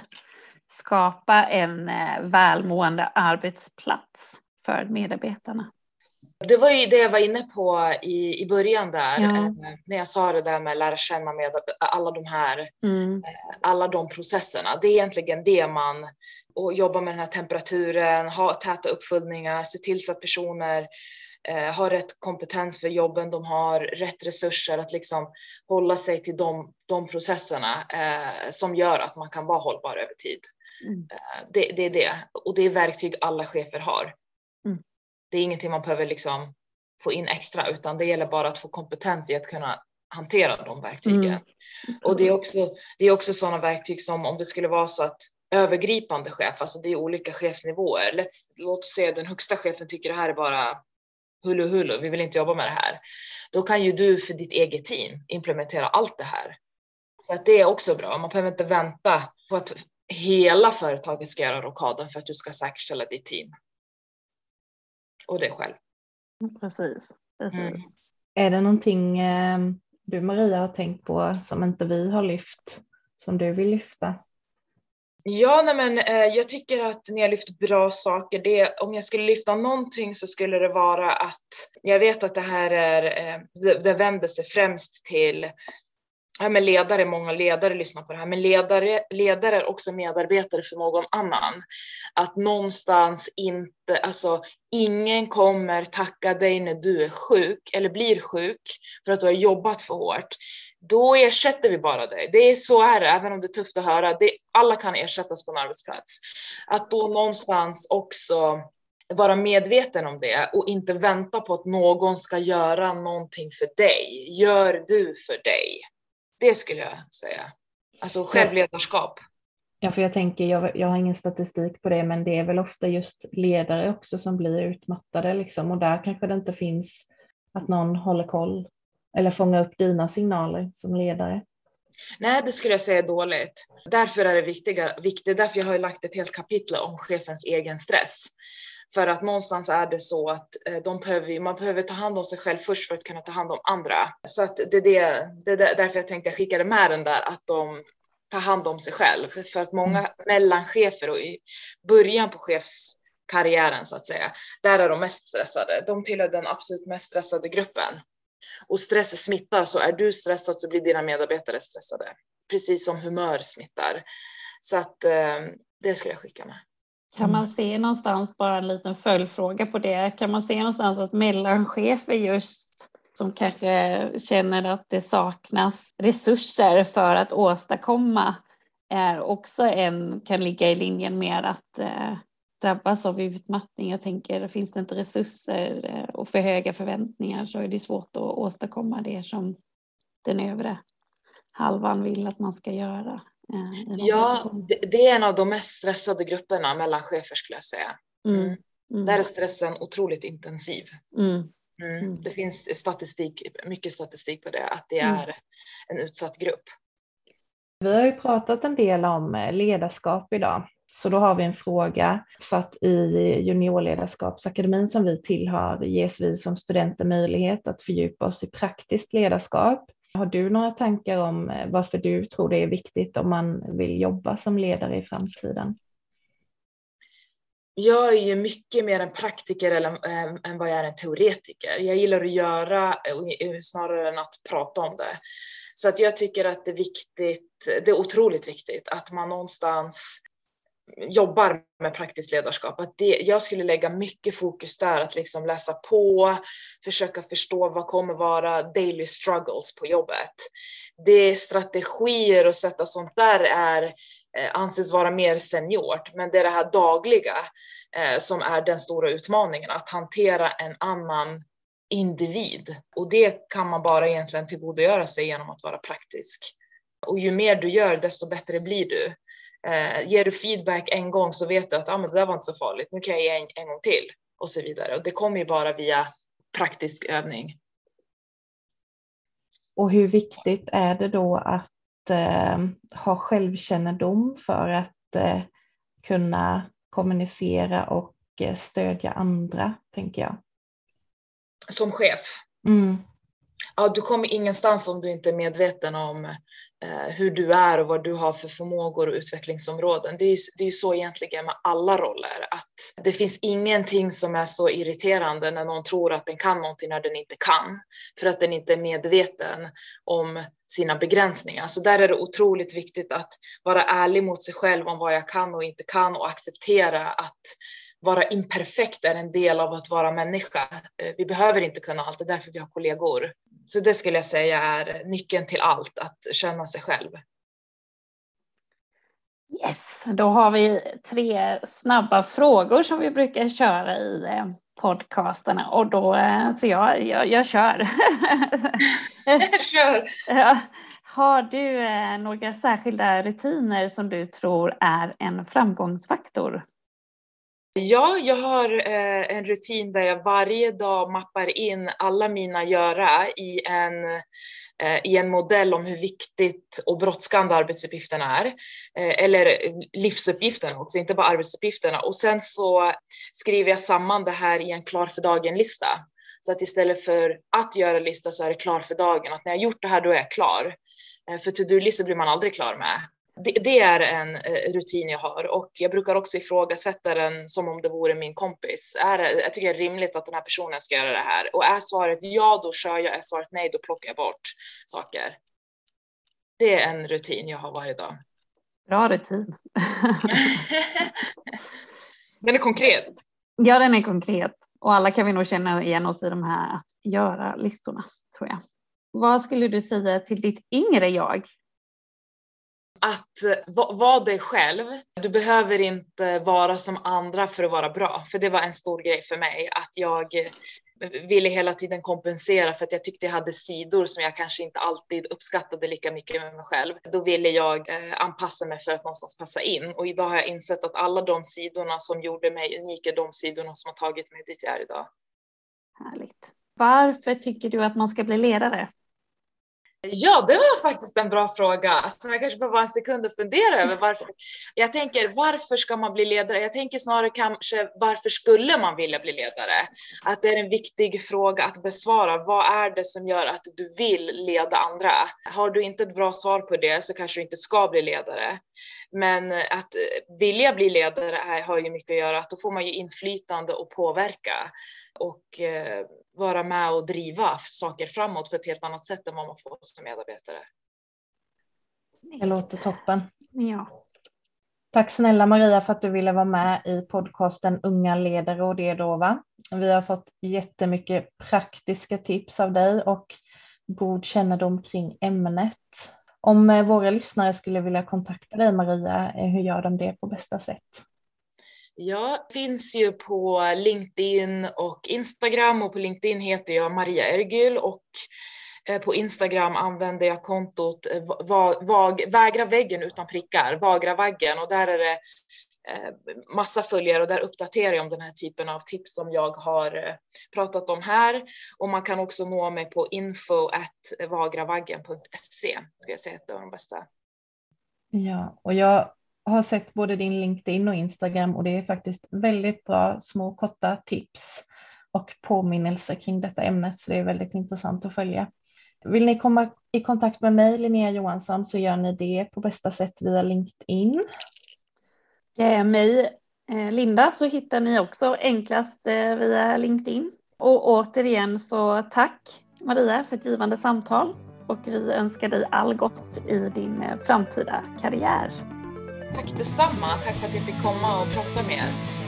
skapa en välmående arbetsplats för medarbetarna? Det var ju det jag var inne på i, i början där, Ja. eh, när jag sa det där med att lära känna med alla de här, Mm. eh, alla de processerna. Det är egentligen det man, och jobba med den här temperaturen, ha täta uppföljningar, se till så att personer eh, har rätt kompetens för jobben de har, rätt resurser att liksom hålla sig till de, de processerna eh, som gör att man kan vara hållbar över tid. Mm. Eh, det, det är det, och det är verktyg alla chefer har. Mm. Det är ingenting man behöver liksom få in extra, utan det gäller bara att få kompetens i att kunna hantera de verktygen. Mm. Och det är också, det är också sådana verktyg som om det skulle vara så att övergripande chef, alltså det är olika chefsnivåer. Lätt, låt oss säga den högsta chefen tycker det här är bara hulu hulu, vi vill inte jobba med det här. Då kan ju du för ditt eget team implementera allt det här. Så att det är också bra. Man behöver inte vänta på att hela företaget ska göra rockaden för att du ska säkerställa ditt team. Och det själv. Precis. Precis. Mm. Är det någonting eh, du Maria har tänkt på som inte vi har lyft, som du vill lyfta? Ja, nej men eh, jag tycker att ni har lyft bra saker. Det, om jag skulle lyfta någonting så skulle det vara att jag vet att det här är, eh, det, det vänder sig främst till ja, men ledare, många ledare lyssnar på det här, men ledare, ledare är också medarbetare för någon annan. Att någonstans inte, alltså ingen kommer tacka dig när du är sjuk eller blir sjuk för att du har jobbat för hårt. Då ersätter vi bara dig. Det är så är det, även om det är tufft att höra. Det, alla kan ersättas på en arbetsplats. Att då någonstans också vara medveten om det och inte vänta på att någon ska göra någonting för dig. Gör du för dig. Det skulle jag säga. Alltså självledarskap. Ja, för jag tänker, jag, jag har ingen statistik på det, men det är väl ofta just ledare också som blir utmattade liksom, och där kanske det inte finns att någon håller koll eller fångar upp dina signaler som ledare. Nej, det skulle jag säga är dåligt. Därför är det viktiga, viktigt, därför jag har lagt ett helt kapitel om chefens egen stress. För att någonstans är det så att de behöver, man behöver ta hand om sig själv först för att kunna ta hand om andra. Så att det är det, det är därför jag tänkte jag skickade med den där, att de tar hand om sig själv. För att många mm. mellanchefer och i början på chefskarriären så att säga, där är de mest stressade. De tillhör den absolut mest stressade gruppen. Och stress smittar, så är du stressad så blir dina medarbetare stressade. Precis som humör smittar. Så att det skulle jag skicka med. Kan man se någonstans, bara en liten följdfråga på det, kan man se någonstans att mellanchefer just som kanske känner att det saknas resurser för att åstadkomma är också en, kan ligga i linjen med att eh, drabbas av utmattning? Jag tänker, finns det inte resurser eh, och för höga förväntningar så är det svårt att åstadkomma det som den övre halvan vill att man ska göra. Ja, det, det är en av de mest stressade grupperna mellan chefer skulle jag säga. Mm. Mm. Där är stressen otroligt intensiv. Mm. Mm. Mm. Det finns statistik, mycket statistik på det, att det är mm. en utsatt grupp. Vi har ju pratat en del om ledarskap idag, så då har vi en fråga. För att i juniorledarskapsakademin som vi tillhör ges vi som studenter möjlighet att fördjupa oss i praktiskt ledarskap. Har du några tankar om varför du tror det är viktigt om man vill jobba som ledare i framtiden? Jag är ju mycket mer en praktiker än, än vad jag är en teoretiker. Jag gillar att göra snarare än att prata om det. Så att jag tycker att det är viktigt, det är otroligt viktigt att man någonstans jobbar med praktiskt ledarskap. Att det, jag skulle lägga mycket fokus där, att liksom läsa på, försöka förstå vad kommer vara daily struggles på jobbet. Det är strategier och sätta sånt där är, eh, anses vara mer seniort, men det är det här dagliga eh, som är den stora utmaningen, att hantera en annan individ. Och det kan man bara egentligen tillgodogöra sig genom att vara praktisk. Och ju mer du gör, desto bättre blir du. Eh, ger du feedback en gång så vet du att ah, men det där var inte så farligt, nu kan jag ge en, en gång till och så vidare. Och det kommer ju bara via praktisk övning. Och hur viktigt är det då att eh, ha självkännedom för att eh, kunna kommunicera och eh, stödja andra, tänker jag? Som chef? Mm. Ja, du kommer ingenstans om du inte är medveten om hur du är och vad du har för förmågor och utvecklingsområden. Det är ju det är ju så egentligen med alla roller, att det finns ingenting som är så irriterande när någon tror att den kan någonting när den inte kan, för att den inte är medveten om sina begränsningar. Så där är det otroligt viktigt att vara ärlig mot sig själv om vad jag kan och inte kan, och acceptera att vara imperfekt är en del av att vara människa. Vi behöver inte kunna allt, det är därför vi har kollegor. Så det skulle jag säga är nyckeln till allt, att känna sig själv. Yes, då har vi tre snabba frågor som vi brukar köra i podcasterna. Och då, så jag, jag, jag kör. kör. Ja. Har du några särskilda rutiner som du tror är en framgångsfaktor? Ja, jag har eh, en rutin där jag varje dag mappar in alla mina göra i en, eh, i en modell om hur viktigt och brådskande arbetsuppgifterna är. Eh, eller livsuppgifterna också, inte bara arbetsuppgifterna. Och sen så skriver jag samman det här i en klar för dagen-lista. Så att istället för att göra lista så är det klar för dagen. Att när jag gjort det här, då är jag klar. Eh, för to-do-listor blir man aldrig klar med. Det, det är en eh, rutin jag har, och jag brukar också ifrågasätta den som om det vore min kompis. Är det, jag tycker det är rimligt att den här personen ska göra det här. Och är svaret ja, då kör jag. Är svaret nej, då plockar jag bort saker. Det är en rutin jag har varje dag. Bra rutin. Den är konkret. Ja, den är konkret. Och alla kan vi nog känna igen oss i de här att göra listorna, tror jag. Vad skulle du säga till ditt yngre jag? Att vara dig själv. Du behöver inte vara som andra för att vara bra. För det var en stor grej för mig. Att jag ville hela tiden kompensera för att jag tyckte jag hade sidor som jag kanske inte alltid uppskattade lika mycket med mig själv. Då ville jag anpassa mig för att någonstans passa in. Och idag har jag insett att alla de sidorna som gjorde mig unik är de sidorna som har tagit mig dit jag är idag. Härligt. Varför tycker du att man ska bli ledare? Ja, det var faktiskt en bra fråga som jag kanske behöver en sekund att fundera över. Varför. Jag tänker, varför ska man bli ledare? Jag tänker snarare kanske, varför skulle man vilja bli ledare? Att det är en viktig fråga att besvara. Vad är det som gör att du vill leda andra? Har du inte ett bra svar på det så kanske du inte ska bli ledare. Men att vilja bli ledare har ju mycket att göra. Att då får man ju inflytande och påverka. Och eh, vara med och driva saker framåt på ett helt annat sätt än vad man får som medarbetare. Det låter toppen. Ja. Tack snälla Maria för att du ville vara med i podcasten Unga ledare och det då, va? Vi har fått jättemycket praktiska tips av dig och god kännedom kring ämnet. Om våra lyssnare skulle vilja kontakta dig Maria, hur gör de det på bästa sätt? Jag finns ju på LinkedIn och Instagram, och på LinkedIn heter jag Maria Ergül och på Instagram använder jag kontot vag, vag, Vägra väggen utan prickar, Vagra vaggen, och där är det massa följare och där uppdaterar jag om den här typen av tips som jag har pratat om här. Och man kan också nå mig på info at vagravaggen punkt se, ska jag säga att det var de bästa. Ja, och jag har sett både din LinkedIn och Instagram och det är faktiskt väldigt bra små korta tips och påminnelser kring detta ämnet, så det är väldigt intressant att följa. Vill ni komma i kontakt med mig, Linnea Johansson, så gör ni det på bästa sätt via LinkedIn. Eh, mig, eh, Linda, så hittar ni också enklast eh, via LinkedIn. Och återigen så tack Maria för ett givande samtal, och vi önskar dig all gott i din eh, framtida karriär. Tack detsamma, tack för att jag fick komma och prata med er.